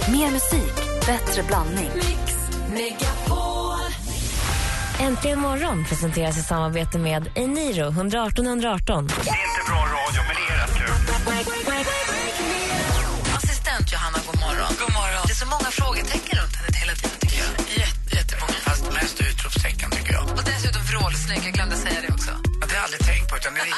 Mer musik, bättre blandning. Mix Megapol. Äntligen morgon presenteras i samarbete med Eniro 118 118. Det är inte bra radio, men det är rätt kul. Assistent Johanna, god morgon. God morgon. Det är så många frågetecken runt henne hela tiden, tycker jag. Jättemånga, fast mest utropstecken, tycker jag. Och dessutom vrålsnygg, jag glömde säga det också. Det har jag aldrig tänkt på, utan det är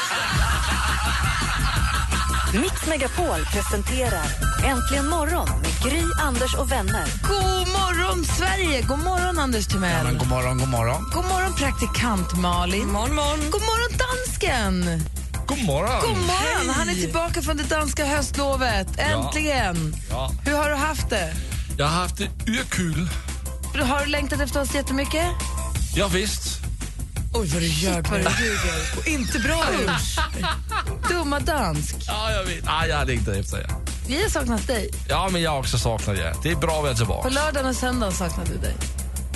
Mix Megapol presenterar Äntligen morgon med Gry, Anders och vänner. God morgon, Sverige! God morgon, Anders Timell. Ja, men god morgon, god morgon. God morgon, praktikant Malin. Morgon. God morgon, dansken. God morgon. God morgon, han är tillbaka från det danska höstlovet. Äntligen. Ja. Hur har du haft det? Jag har haft det yrkul. Har du längtat efter oss jättemycket? Ja, visst. Oj, vad du gör, vad du ljuger. Och inte bra ut. Dumma dansk. Ja, jag vet. Ja, jag har längtat efter er. Vi har saknat dig. Ja, men jag har också saknat er. Det är bra att vara tillbaka. På lördagen och söndagen saknade du dig.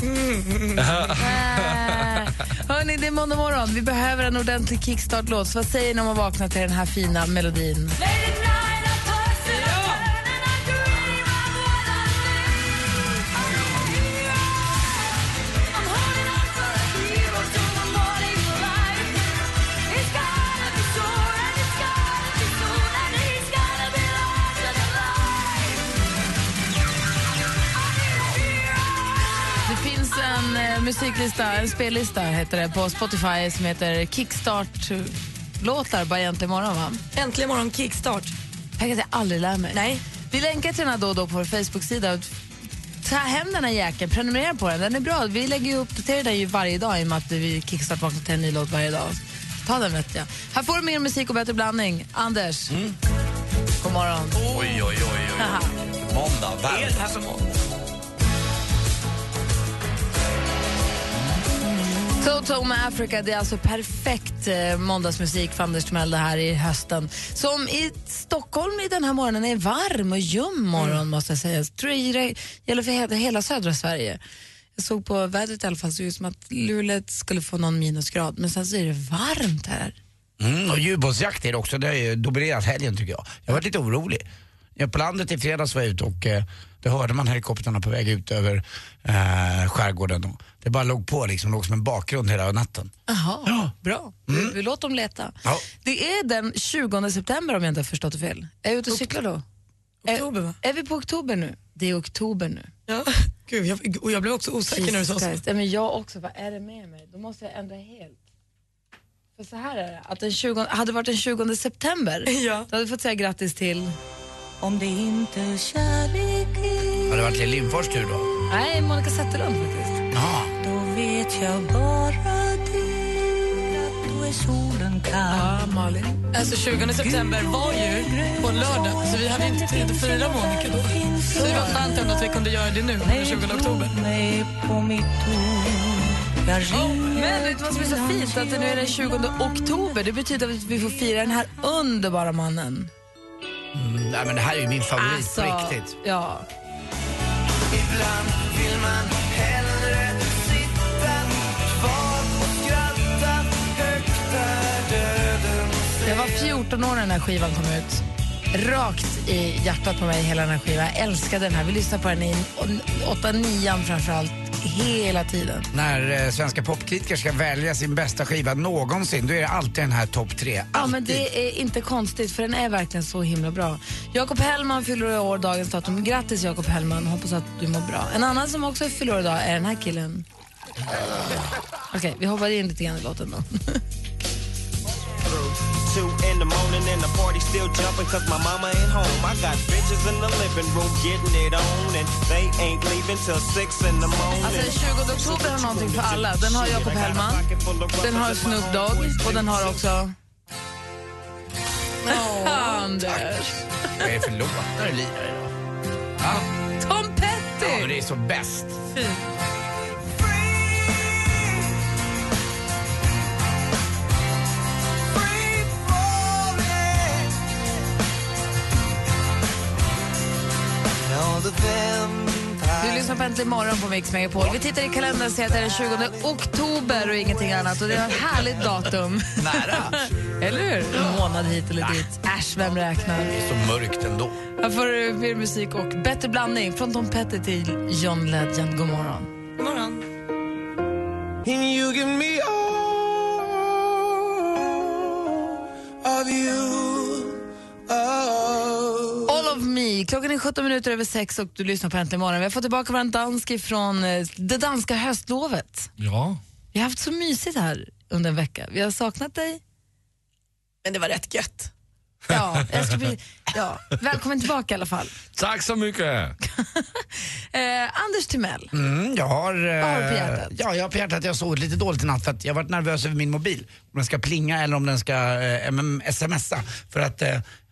Hörrni, det är måndag morgon. Vi behöver en ordentlig kickstart-låt. Så vad säger ni om att vakna till den här fina melodin? Musiklista, en spellista heter det på Spotify som heter Kickstart-låtar bara Äntligen morgon, va? Äntligen morgon kickstart. Jag kan säga aldrig lär mig. Nej. Vi länkar till den här då och då på vår Facebook-sida. Ta hem den här jäkeln, prenumerera på den. Den är bra. Vi lägger ju uppdaterar den ju varje dag i och med att vi Kickstart vaknar till en ny låt varje dag. Ta den, vet jag. Här får du mer musik och bättre blandning. Anders. God morgon. Oj. Måndag, värld. Här som måndag. Toto med Africa, det är alltså perfekt måndagsmusik för Anders Timell här i hösten. Som i Stockholm i den här morgonen är varm och ljum morgon, måste jag säga. Jag tror det gäller för hela södra Sverige. Jag såg på vädret i alla fall, så ut som att Luleå skulle få någon minusgrad. Men sen så är det varmt här. Och ubåtsjakt är det också, det har ju dominerat helgen tycker jag. Jag har varit lite orolig. Jag på landet i fredags var ute och då hörde man helikoptrarna på väg ut över skärgården. Och det bara låg på liksom, låg som en bakgrund hela natten. Jaha, ja. Bra. Vi låter dem leta. Ja. Det är den 20 september om jag inte har förstått det fel. Är jag ute och cyklar då? Oktober, va? Är vi på oktober nu? Det är oktober nu. Ja. Gud, jag blev också osäker när du sa så. Ja, men jag också, vad är det med mig? Då måste jag ändra helt. För så här är det, att den 20, hade varit den 20 september, Ja. då hade vi fått säga grattis till... Om det inte kärlek Har det varit Lill Lindfors tur då? Nej, Monica Zetterlund faktiskt. Ja. då vet jag bara det, att då är solen kall. Ja, Malin. Alltså 20 september var ju på en lördag, så vi hade inte tid att fira Monica då. Så vi var skönt ändå att vi kunde göra det nu, den 20 oktober. Mig på mitt ord. Men vet du vad som är så fint? Att det nu är den 20 oktober. Det betyder att vi får fira den här underbara mannen. Nej, men det här är ju min favorit på riktigt. Ja. Ibland vill man hellre sitta kvar och skratta högt där döden. Jag var 14 år när den här skivan kom ut. Rakt i hjärtat på mig hela den här skivan. Jag älskade den här. Vi lyssnade på den i 8-9 framförallt. Hela tiden. När svenska popkritiker ska välja sin bästa skiva någonsin, då är det alltid den här topp 3. Ja, Alltid. men det är inte konstigt, för den är verkligen så himla bra. Jakob Hellman fyller år dagens datum. Grattis Jakob Hellman, hoppas att du mår bra. En annan som också fyller år idag är den här killen. Okej, vi hoppar in lite grann i låten då. 2 in the morning and the party still jumping cause my mama ain't home. I got bitches in the living room getting it on and they ain't leaving till 6 in the morning. Alltså den 20 oktober har någonting för alla. Den har Jakob Hellman, den har Snoop Dogg och den har också... Anders. Vad är det för låtar du lirar idag? Ja. Tom Petty! Ja, men det är så bäst. All the vampires Du lyssnar på Äntligen morgon på Mix Megapol. Vi tittar i kalendern och ser att det är den 20 oktober och ingenting annat. Och det är ett härligt datum. Nära. Eller hur? En månad hit eller dit. Äsch, vem räknar? Det är så mörkt ändå. Här får du mer musik och bättre blandning. Från Tom Petty till John Legend. God morgon. God morgon. You give me all of you. All of me. Klockan är 17:17 och du lyssnar på Äntligen morgon. Vi har fått tillbaka vår dansk från det danska höstlovet. Ja. Vi har haft så mysigt här under en vecka. Vi har saknat dig. Men det var rätt gött. Ja, välkommen tillbaka i alla fall. Tack så mycket. Anders Timell. Jag har... Vad har du på hjärtat? Ja, jag har på hjärtat. Jag sov lite dåligt i natt för att jag har varit nervös över min mobil. Om den ska plinga eller om den ska smsa. För att...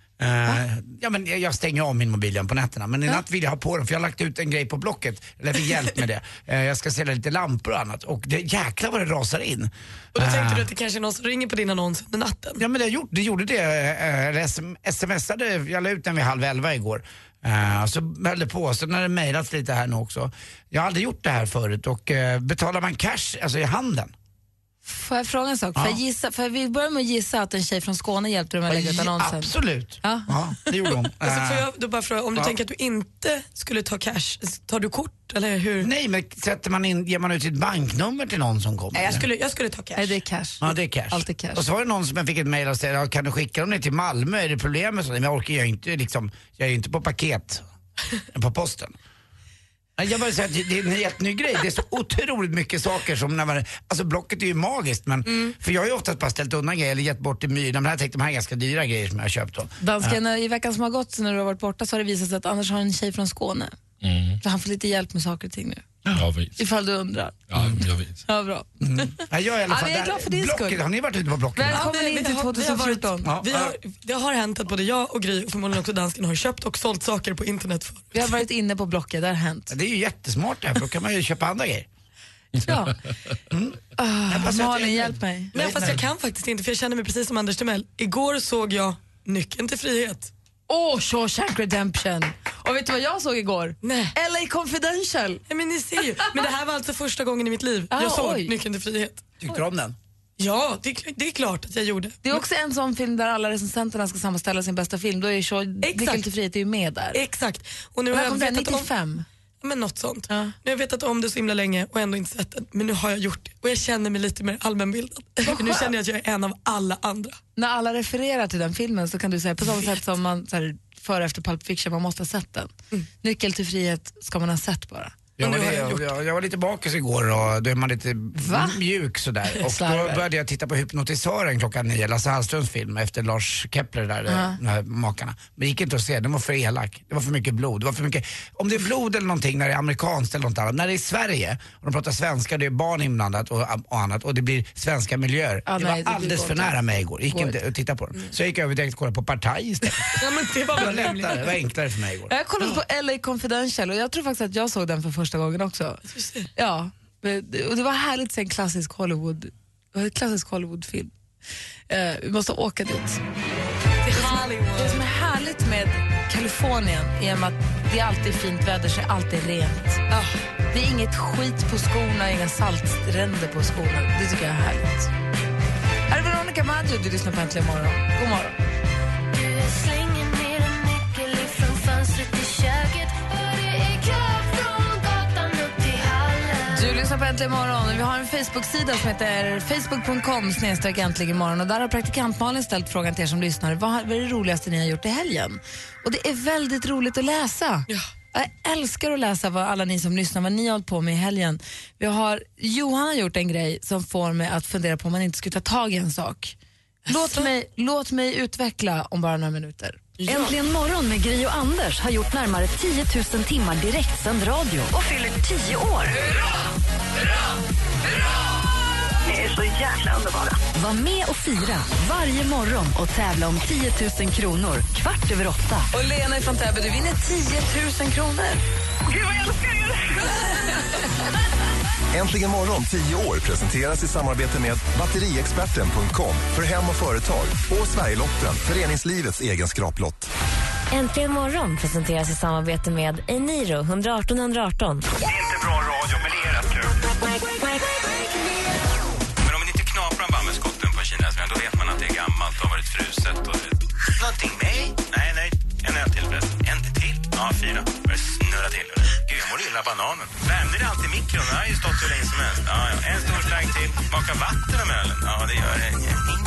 jag stänger av min mobil på nätterna. Men i natt vill jag ha på den för jag har lagt ut en grej på Blocket. Eller fick hjälp med det. Jag ska sälja lite lampor och annat. Och det jäklar vad det rasar in. Och då tänkte du att det kanske är någon som ringer på din annons under natten? Ja, men det gjorde det. Smsade, jag la ut den vid 10:30 igår. Så höll det på, så när det mejlats lite här nu också. Jag har aldrig gjort det här förut. Och betalar man cash, alltså i handen? Får jag fråga en sak? För vi börjar med att gissa att en tjej från Skåne hjälpte dig med att lägga ut annonsen. Absolut. Ja. Ja, det gjorde hon. Alltså får jag då bara fråga, om du tänker att du inte skulle ta cash, tar du kort eller hur? Nej, men ger man ut sitt banknummer till någon som kommer? Nej, jag skulle ta cash. Nej, det är cash. Ja, det är cash. Alltid cash. Och så var det någon som jag fick ett mejl och sa, kan du skicka dem ner till Malmö? Är det problem med så? Men jag orkar ju inte jag är inte på paket på posten. Jag bara säger att det är en helt ny grej. Det är så otroligt mycket saker som när man... Alltså Blocket är ju magiskt, men... För jag har ju oftast bara ställt undan grejer eller gett bort till myrorna. Men jag tänkte de här är ganska dyra grejer som jag har köpt då. Dansken, i veckan som har gått när du har varit borta så har det visat sig att Anders har en tjej från Skåne. Så han får lite hjälp med saker och ting nu. Jag vet. Ifall du undrar. Ja, jag vet. Ja, bra. Jag är i alla fall vi är glada för din Blocket, skull. har ni varit ute på Blocket? Välkommen in till 2014. Det har hänt att både jag och Gry och förmodligen också dansken har köpt och sålt saker på internet för. Vi har varit inne på Blocket, det har hänt. Det är ju jättesmart det här, för då kan man ju köpa andra grejer. Ja. Malin, hjälp mig. Nej, fast jag kan faktiskt inte, för jag känner mig precis som Anders Timell. Igår såg jag Nyckeln till frihet. Shawshank Redemption. Och vet du vad jag såg igår? Nej. LA Confidential. Ja, men ni ser ju. Men det här var alltså första gången i mitt liv jag såg Nyckeln till frihet. Tyckte du om den? Ja, det är klart att jag gjorde. Det är också en sån film där alla recensenterna ska sammanställa sin bästa film. Då är Nyckeln till frihet är ju med där. Exakt. Och nu har jag vetat 95. Men något sånt. Ja. Nu har jag vetat om det så himla länge och ändå inte sett den. Men nu har jag gjort det. Och jag känner mig lite mer allmänbildad. Nu känner jag att jag är en av alla andra. När alla refererar till den filmen så kan du säga på samma sätt som man så här, före efter Pulp Fiction, man måste ha sett den. Nyckeln till frihet ska man ha sett bara. Jag var lite bakis igår och då är man lite mjuk sådär. Och då började jag titta på Hypnotisören klockan 9, Lasse Hallströms film efter Lars Kepler där, de här makarna. Men det gick inte att se, den var för elak. Det var för mycket blod. Det var för mycket, om det är blod eller någonting när det är amerikanskt eller något annat. När det är Sverige och de pratar svenska, det är barn inblandat och annat och det blir svenska miljöer. Det var alldeles för nära mig igår. Gick inte att titta på den. Så jag gick över direkt och kollade på Partaj istället. Ja, men det var lättare, det var enklare för mig igår. Jag kollade på LA Confidential och jag tror faktiskt att jag såg den för första gången också. Ja, och det var härligt att se en klassisk Hollywoodfilm. Vi måste åka dit. Det som är härligt med Kalifornien är att det är alltid fint väder, så är alltid rent. Det är inget skit på skorna, inga saltränder på skorna. Det tycker jag är härligt. Här är Veronica Maggio, du lyssnar på Äntligen morgon. God morgon. Du slänger ner en nyckel ifrån fönstret i köket. Du lyssnar på Äntligen morgon. Vi har en Facebook-sida som heter facebook.com/äntligenmorgon och där har praktikant Malin ställt frågan till er som lyssnar. Vad är det roligaste ni har gjort i helgen? Och det är väldigt roligt att läsa. Ja. Jag älskar att läsa vad alla ni som lyssnar, vad ni har hållit på med i helgen. Johan har gjort en grej som får mig att fundera på om man inte skulle ta tag i en sak. Låt mig utveckla om bara några minuter. Ja. Äntligen morgon med Gry och Anders har gjort närmare 10 000 timmar direktsänd radio och fyller 10 år. Hurra! Hurra! Hurra! Ni är så jäkla underbara. Var med och fira varje morgon och tävla om 10 000 kronor 7:15. Och Lena från Täby, du vinner 10 000 kronor. Gud vad jag älskar er! Äntligen morgon 10 år presenteras i samarbete med batteriexperten.com för hem och företag och Sverigelotten, föreningslivets egen skraplott. Äntligen morgon presenteras i samarbete med Eniro 118 118. Det är inte bra radio, men det är rätt kul. Men om man inte knaprar bara med skotten på kinesiska, då vet man att det är gammalt och har varit fruset. Och... Någonting? Nej. En öl till förresten. En till? Ja, 4. Börjar snurra till. Gud, jag mår illa bananen. Värmde det alltid i mikron? Det har ju stått hur länge som helst. Ja. En stor stark till. Smaka vatten om ölen. Ja, det gör det.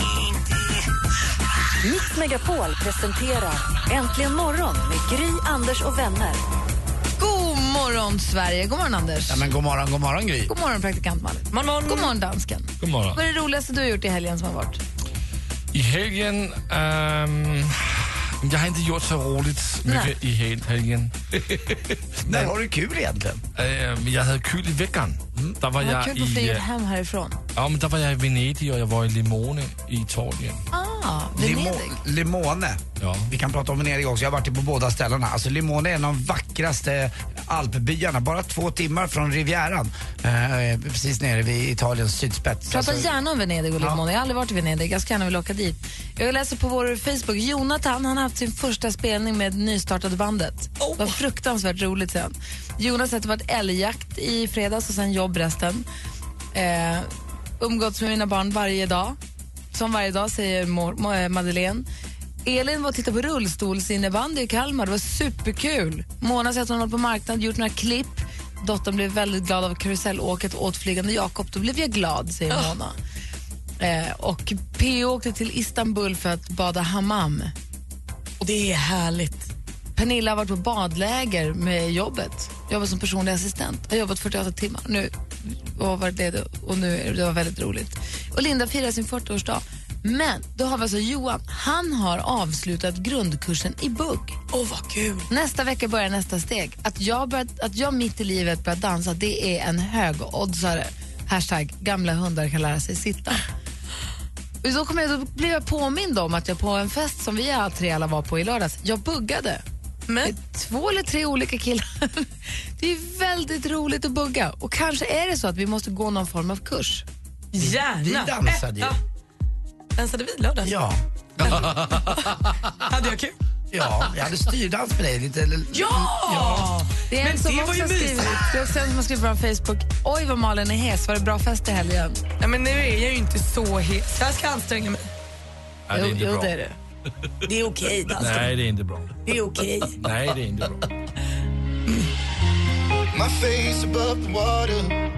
Mix Megapol presenterar Äntligen morgon med Gry, Anders och vänner. God morgon Sverige, god morgon Anders. Ja, men god morgon Gry. God morgon praktikant Malin. God morgon dansken. God morgon. Vad är det roligaste du har gjort i helgen som har varit? I helgen... jag har inte gjort så roligt mycket i helgen. När har du kul egentligen? Jag hade kul i veckan. Där var jag kul på flyget hem härifrån. Ja, men där var jag i Venedig och jag var i Limone i Italien. Venedig. Limone. Ja. Vi kan prata om Venedig också. Jag har varit på båda ställena. Alltså Limone är en av de vackraste alpbyarna. Bara 2 timmar från Rivieran. Precis nere vid Italiens sydspets. Prata gärna om Venedig och Limone. Jag har aldrig varit i Venedig. Jag ska gärna vilja åka dit. Jag läser på vår Facebook. Jonathan, han har haft sin första spelning med nystartade bandet. Det var fruktansvärt roligt sen. Jonas har varit älgjakt i fredags och sen jobb resten. Umgåtts med mina barn varje dag. Som varje dag, säger Madeleine. Elin var och tittade på rullstolsinnebandy i Kalmar. Det var superkul. Mona säger att hon håller på marknaden, gjort några klipp. Dottern blev väldigt glad av karusellåket och åtflygande Jakob. Då blev jag glad, säger Mona. Och P.O. åkte till Istanbul för att bada hammam. Och det är härligt. Pernilla har varit på badläger med jobbet. Jobbat som personlig assistent. Jag har jobbat 48 timmar nu. Och nu det var väldigt roligt. Och Linda firar sin 40-årsdag. Men då har vi alltså Johan. Han har avslutat grundkursen i bugg. Vad kul. Nästa vecka börjar nästa steg. Att jag mitt i livet börjar dansa, det är en högoddsare. # gamla hundar kan lära sig sitta. Och då blev jag påmind om att jag på en fest som vi alla var på i lördags, jag buggade. Men 2 eller 3 olika killar. Det är väldigt roligt att bugga. Och kanske är det så att vi måste gå någon form av kurs. Gärna. Vi dansade ju. Dansade vi lördag? Ja. Hade jag kul? Ja, jag hade styrdans med dig lite. Ja! Det är men en som det var ju mysigt. Det är också en som har skrivit på Facebook. Oj vad Malin är hes, var det bra fest i helgen? Ja, men nu är jag ju inte så hes. Jag ska anstränga mig. Ja, det är inte bra. Det är det. Det är okej, dansken. Nej, det är inte bra. Det är okej. Nej, det är inte bra. My face above the water.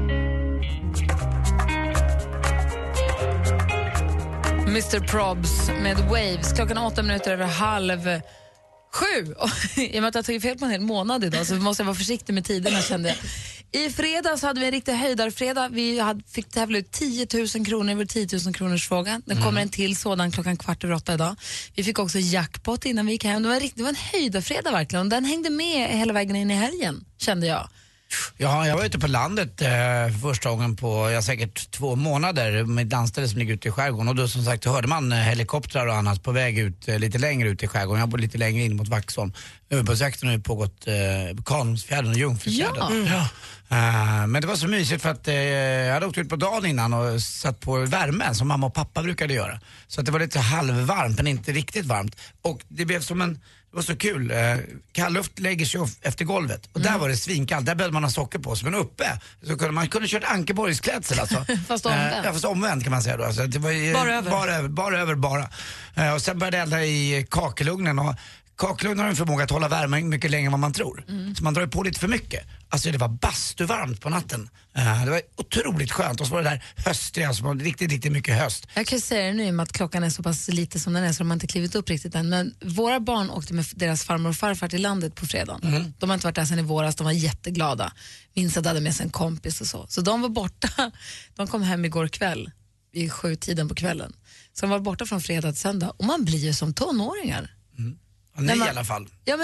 Mr. Probs med Waves. Klockan 8:08. I och med att jag tagit fel på en hel månad idag så måste jag vara försiktig med tiderna, kände jag. I fredags hade vi en riktig höjdarfredag. Vi fick tävla ut 10 000 kronor över 10 000 kronors fråga. Den kommer en till sådan klockan 7:15 idag. Vi fick också jackpot innan vi gick hem. Det var en höjdarfredag verkligen. Den hängde med hela vägen in i helgen, kände jag. Ja, jag var ute på landet första gången på säkert 2 månader med landställe som ligger ute i skärgården. Och då som sagt hörde man helikoptrar och annat på väg ut lite längre ut i skärgården. Jag bor lite längre in mot Vaxholm. Ubåtsjakten har ju pågått på Kalmsfjärden och Jungfrufjärden. Ja. Men det var så mysigt för att jag hade åkt ut på dagen innan och satt på värmen som mamma och pappa brukade göra. Så att det var lite halvvarmt men inte riktigt varmt. Och det blev som det var så kul. Kallluft lägger sig efter golvet. Och där var det svinkallt. Där behövde man ha socker på sig. Men uppe så kunde man kört Ankeborgsklädsel alltså. Fast omvänt. Fast omvänt kan man säga då. Alltså, det var bara över. Och sen började jag elda i kakelugnen. Och kakelugnen har en förmåga att hålla värmen mycket längre än vad man tror. Så man drar på lite för mycket. Alltså det var bastuvarmt på natten. Det var otroligt skönt. Och så var det där höstriga som var riktigt mycket höst. Jag kan säga det nu med att klockan är så pass lite som den är så de har inte klivit upp riktigt än. Men våra barn åkte med deras farmor och farfar till landet på fredagen. De har inte varit där sedan i våras, de var jätteglada. Vincent hade med sig en kompis och så. Så de var borta. De kom hem igår kväll, vid 7-tiden på kvällen. Så de var borta från fredag till söndag. Och man blir ju som tonåringar. Nej, i alla fall. Ja,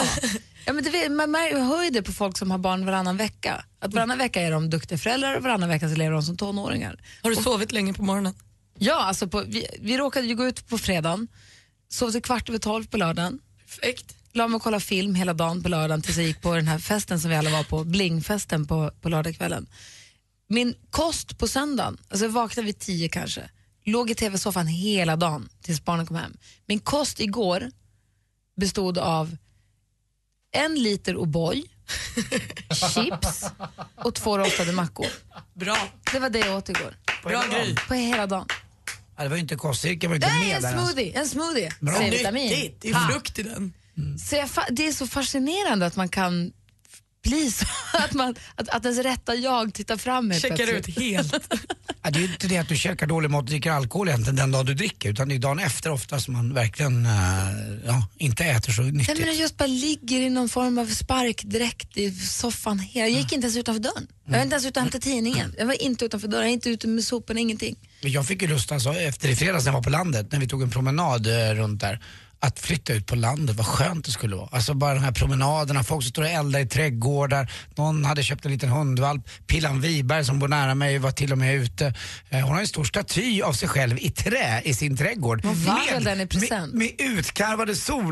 men man hör ju det på folk som har barn varannan vecka. Att varannan vecka är de duktiga föräldrar och varannan vecka så lever de som tonåringar. Har du sovit länge på morgonen? Ja, alltså vi råkade ju gå ut på fredagen. Sov till 11:15 på lördagen. Perfekt. La mig och kolla film hela dagen på lördagen tills jag gick på den här festen som vi alla var på, Blingfesten på lördagskvällen. Min kost på söndagen, alltså jag vaknade vid 10 kanske. Låg i tv-soffan hela dagen tills barnen kom hem. Min kost igår bestod av 1 liter O'boy, chips och 2 rostade mackor. Bra. Det var det jag åt igår. Bra grej. På hela dagen. Ja, det var ju inte kostcirkel, var inte Nej, med där. en smoothie. C-vitamin. Det är frukt i den. Så det är så fascinerande att man kan bli så, att ens rätta jag tittar fram med. Checkar ut helt. Ja, det är ju inte det att du käkar dålig mat och dricker alkohol egentligen den dag du dricker, utan det är dagen efter ofta som man verkligen inte äter så nyttigt. Nej, men jag just bara ligger i någon form av sparkdräkt i soffan. Jag gick inte ens utanför dörren. Jag var inte ens ute och hämtade tidningen. Jag var inte utanför dörren, jag var inte ute med soporna, ingenting. Jag fick ju lust efter i fredags när jag var på landet, när vi tog en promenad runt där, att flytta ut på landet, vad skönt det skulle vara. Alltså bara de här promenaderna, folk som står och eldar i trädgårdar. Någon hade köpt en liten hundvalp. Pillan Wiberg som bor nära mig var till och med ute. Hon har en stor staty av sig själv i trä i sin trädgård. Den i present. Med utkarvade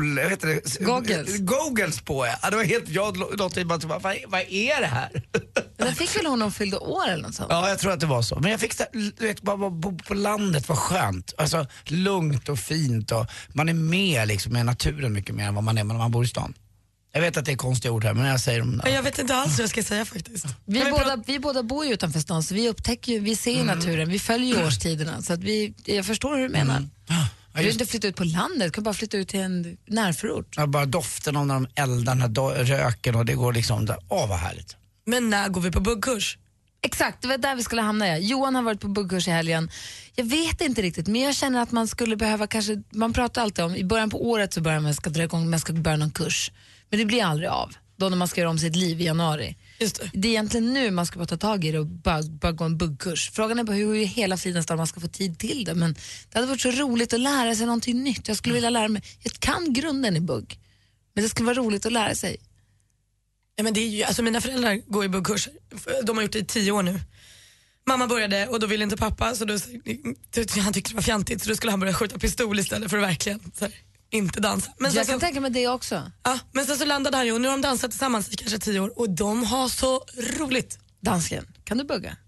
goggles på. Ja, det var helt, jag låter bara vad är det här? Den fick väl hon fyllde år eller något sånt? Ja, jag tror att det var så. Men jag fick bara bo på landet, var skönt. Alltså lugnt och fint och man är med liksom med naturen mycket mer än vad man är när man bor i stan. Jag vet att det är konstiga ord här, men jag säger dem. Jag vet inte alls vad jag ska säga faktiskt. Vi båda bor ju utanför stan, så vi upptäcker ju, vi ser ju naturen, vi följer ju årstiderna, så att jag förstår hur du menar. Du vill inte flytta ut på landet, du kan bara flytta ut till en närförort. Ja, bara doften av när de eldar, den här röken och det går liksom där. Vad härligt. Men när går vi på buggkurs? Exakt, det var där vi skulle hamna. Johan har varit på buggkurs i helgen. Jag vet inte riktigt, men jag känner att man skulle behöva kanske, man pratar alltid om, i början på året så börjar man ska dra igång, man ska börja någon kurs. Men det blir aldrig av, då när man ska göra om sitt liv i januari. Just det. Det är egentligen nu man ska bara ta tag i det och bara gå en buggkurs. Frågan är bara hur hela friden man ska få tid till det, men det hade varit så roligt att lära sig någonting nytt. Jag skulle vilja lära mig, jag kan grunden i bugg, men det skulle vara roligt att lära sig. Ja, men det är ju, alltså mina föräldrar går i buggkurser. De har gjort det i 10 år nu. Mamma började och då ville inte pappa, så då, han tyckte det var fjantigt, så då skulle han börja skjuta pistol istället för att verkligen så här, inte dansa. Men jag kan tänka mig det också. Ja, men sen så landade han ju och nu har de dansat tillsammans i kanske 10 år och de har så roligt. Dansken, kan du bugga?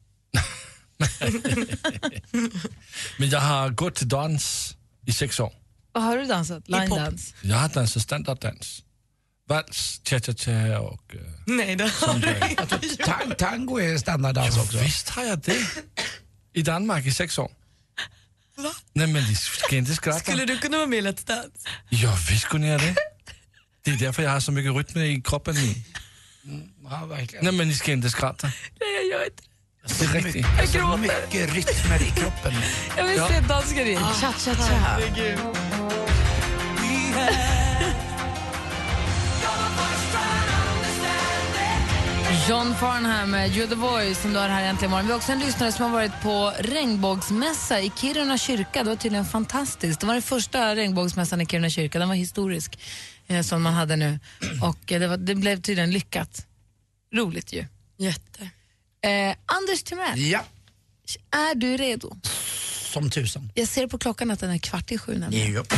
Men jag har gått till dans i 6 år. Vad har du dansat? Line-dans? Jag har dansat standarddans. Vals, cha-cha-cha och... Nej, det har du inte. Tango är standarddans också. Visst har jag det. I Danmark i 6 år. Va? Nej, men ni ska inte skratta. Skulle du kunna vara med i Let's Dance? Ja, visst kunde jag det. Det är därför jag har så mycket rytm i kroppen. Ja, verkligen. Nej, men ni ska inte skratta. Nej, jag gör inte det. Det är riktigt. Jag gråter. Mycket rytmer i kroppen. Jag vill se dansken igen. Cha-cha-cha. John Farnham med You're the Voice som du har här äntligen morgon. Vi har också en lyssnare som har varit på regnbågsmässa i Kiruna kyrka. Det var tydligen fantastiskt. Det var den första regnbågsmässan i Kiruna kyrka. Den var historisk som man hade nu. Och det blev tydligen lyckat. Roligt ju. Jätte. Anders Timell. Ja. Är du redo? Som tusan. Jag ser på klockan att den är 6:15 nämligen. Ja.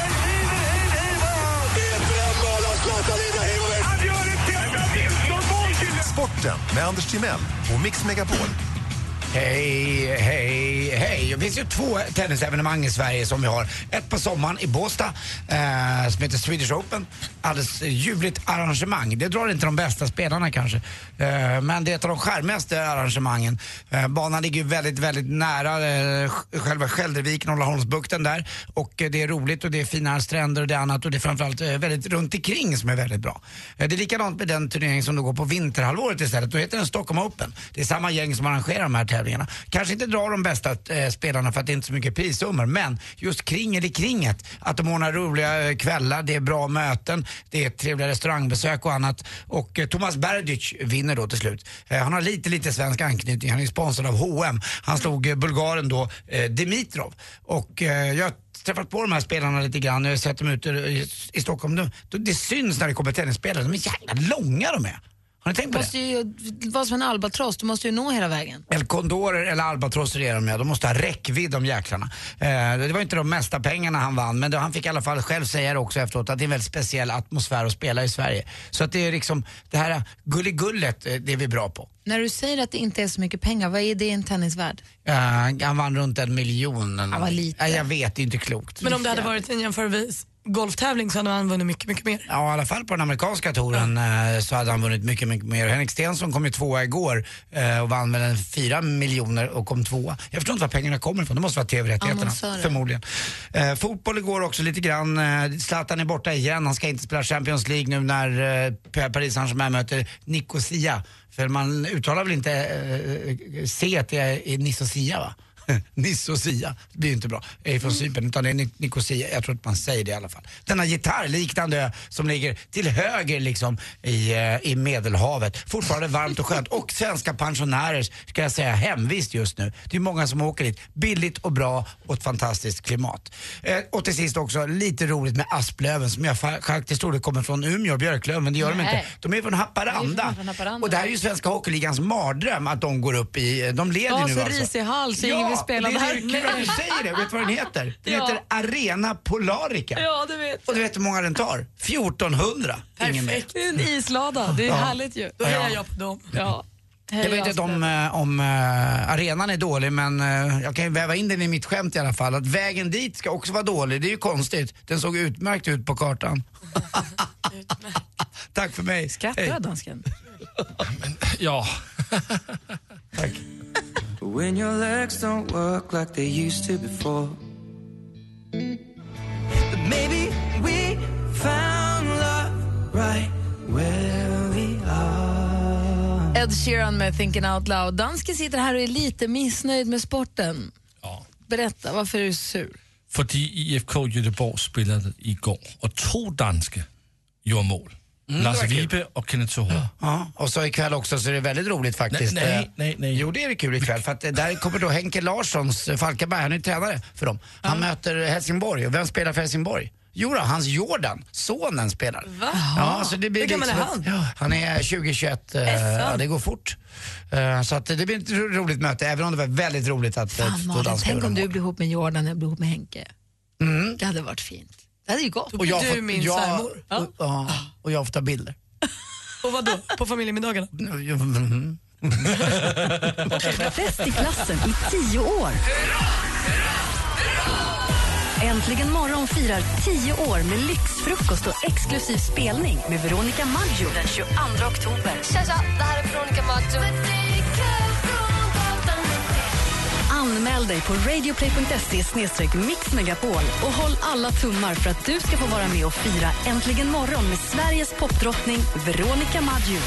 Sporten med Anders Timell och Mix Megapol. Hej, hej, hej. Det finns ju 2 tennisevenemang i Sverige som vi har. Ett på sommaren i Båstad som heter Swedish Open. Alldeles ljuvligt arrangemang. Det drar inte de bästa spelarna kanske. Men det är ett av de skärmigaste arrangemangen. Banan ligger ju väldigt, väldigt nära själva Skälderviken och Laholmsbukten där. Och det är roligt och det är fina stränder och det är annat. Och det är framförallt väldigt runt omkring som är väldigt bra. Det är likadant med den turnering som då går på vinterhalvåret istället. Då heter den Stockholm Open. Det är samma gäng som arrangerar de här tävlingarna. Kanske inte drar de bästa spelarna för att det inte är så mycket prissummor, men just kringet, att de ordnar roliga kvällar, det är bra möten, det är trevliga restaurangbesök och annat. Och Thomas Berdych vinner då till slut. Han har lite svensk anknytning, han är sponsrad av H&M. Han slog bulgaren då Dimitrov. Och jag träffat på de här spelarna lite grann, jag har sett dem ute i Stockholm. Det syns när det kommer tennisspelare, de är jävla långa de är. Har ni tänkt på det? Du måste ju vara som en albatross, du måste ju nå hela vägen. Eller kondorer eller albatrosser är de med. De måste ha räckvidd, de jäklarna. Det var inte de mesta pengarna han vann, men han fick i alla fall själv säga det också efteråt att det är en väldigt speciell atmosfär att spela i Sverige. Så att det är liksom det här gulligullet, det är vi bra på. När du säger att det inte är så mycket pengar, vad är det i en tennisvärld? Han vann runt 1 miljon. Han var lite. Jag vet, det är inte klokt. Men om det hade varit en golftävling så hade han vunnit mycket, mycket mer. Ja, i alla fall på den amerikanska touren så hade han vunnit mycket, mycket mer. Henrik Stenson kom ju 2 igår och vann väl 4 miljoner och kom 2. Jag förstår inte var pengarna kommer ifrån. Det måste vara TV-rättigheterna, förmodligen. Fotboll igår också lite grann. Zlatan är borta igen. Han ska inte spela Champions League nu när Paris Saint-Germain möter Nicosia. För man uttalar väl inte C att det är Nicosia, va? Nicosia, det blir ju inte bra. Jag är från Cypern, utan det är Nicosia. Jag tror att man säger det i alla fall. Denna gitarrliknande som ligger till höger liksom i Medelhavet. Fortfarande varmt och skönt. Och svenska pensionärer ska jag säga hemvist just nu. Det är många som åker dit. Billigt och bra och ett fantastiskt klimat. Och till sist också lite roligt med Asplöven som jag faktiskt tror det kommer från Umeå och Björklöven, men det gör de inte. De är från Haparanda. Och det här är ju svenska hockeyligans mardröm att de går upp i, de leder nu alltså. Ris i hals, vi spelar det är kul att du säger det. Vet du vad den heter? Den heter Arena Polarica. Ja, det vet. Och du vet hur många den tar? 1400. Perfekt. Det är en islada. Det är härligt ju. Då hejar jag på dem. Ja. Jag vet inte om arenan är dålig, men jag kan ju väva in den i mitt skämt i alla fall. Att vägen dit ska också vara dålig. Det är ju konstigt. Den såg utmärkt ut på kartan. Tack för mig. Skrattar dansken? Ja. Tack. When your legs don't work like they used to before. But maybe we found love right where we are. Ed Sheeran med Thinking Out Loud. Dansken sitter här och är lite missnöjd med sporten. Ja. Berätta, varför är du sur? För IFK Göteborg spelade igår och 2 danske gjorde mål. Lars Vibe och Kenneth Soho. Ja, och så ikväll också så är det väldigt roligt faktiskt. Nej. Jo, det är kul ikväll för att där kommer då Henke Larssons Falkenberg, han är tränare för dem. Han möter Helsingborg, och vem spelar för Helsingborg? Jo då, hans Jordan, sonen spelar. Va? Ja, så det blir hur gammal är han? Han är 2021, ja, det går fort. Så att det blir ett roligt möte, även om det var väldigt roligt att stå danska. Tänk om du blir ihop med Jordan och jag blir ihop med Henke. Det hade varit fint. Det hade ju gått. Och du min svärmor. Och jag får ta bilder. Och vad då? På familjemiddagarna? Bäst i klassen i 10 år. Äntligen morgon firar 10 år med lyxfrukost och exklusiv spelning med Veronica Maggio den 22 oktober. Tja, det här är Veronica Maggio. Anmäl dig på radioplay.se/mixmegapol och håll alla tummar för att du ska få vara med och fira Äntligen morgon med Sveriges popdrottning Veronica Maggio.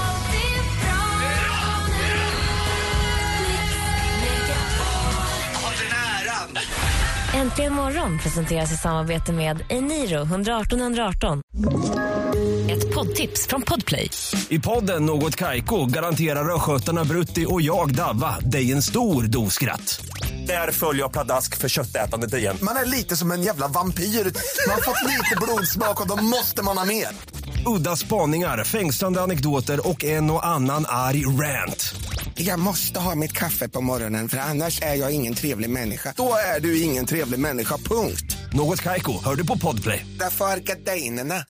Äntligen morgon presenteras i samarbete med Eniro 118 118. Ett poddtips från Podplay. I podden Något Kaiko garanterar röskötarna Brutti och jag Davva dig en stor doskratt. Där följer jag pladask för köttätandet igen. Man är lite som en jävla vampyr. Man har fått lite blodsmak och då måste man ha mer. Udda spaningar, fängslande anekdoter och en och annan arg rant. Jag måste ha mitt kaffe på morgonen för annars är jag ingen trevlig människa. Då är du ingen trevlig människa, punkt. Något Kaiko, hör du på Podplay. Därför är gardinerna.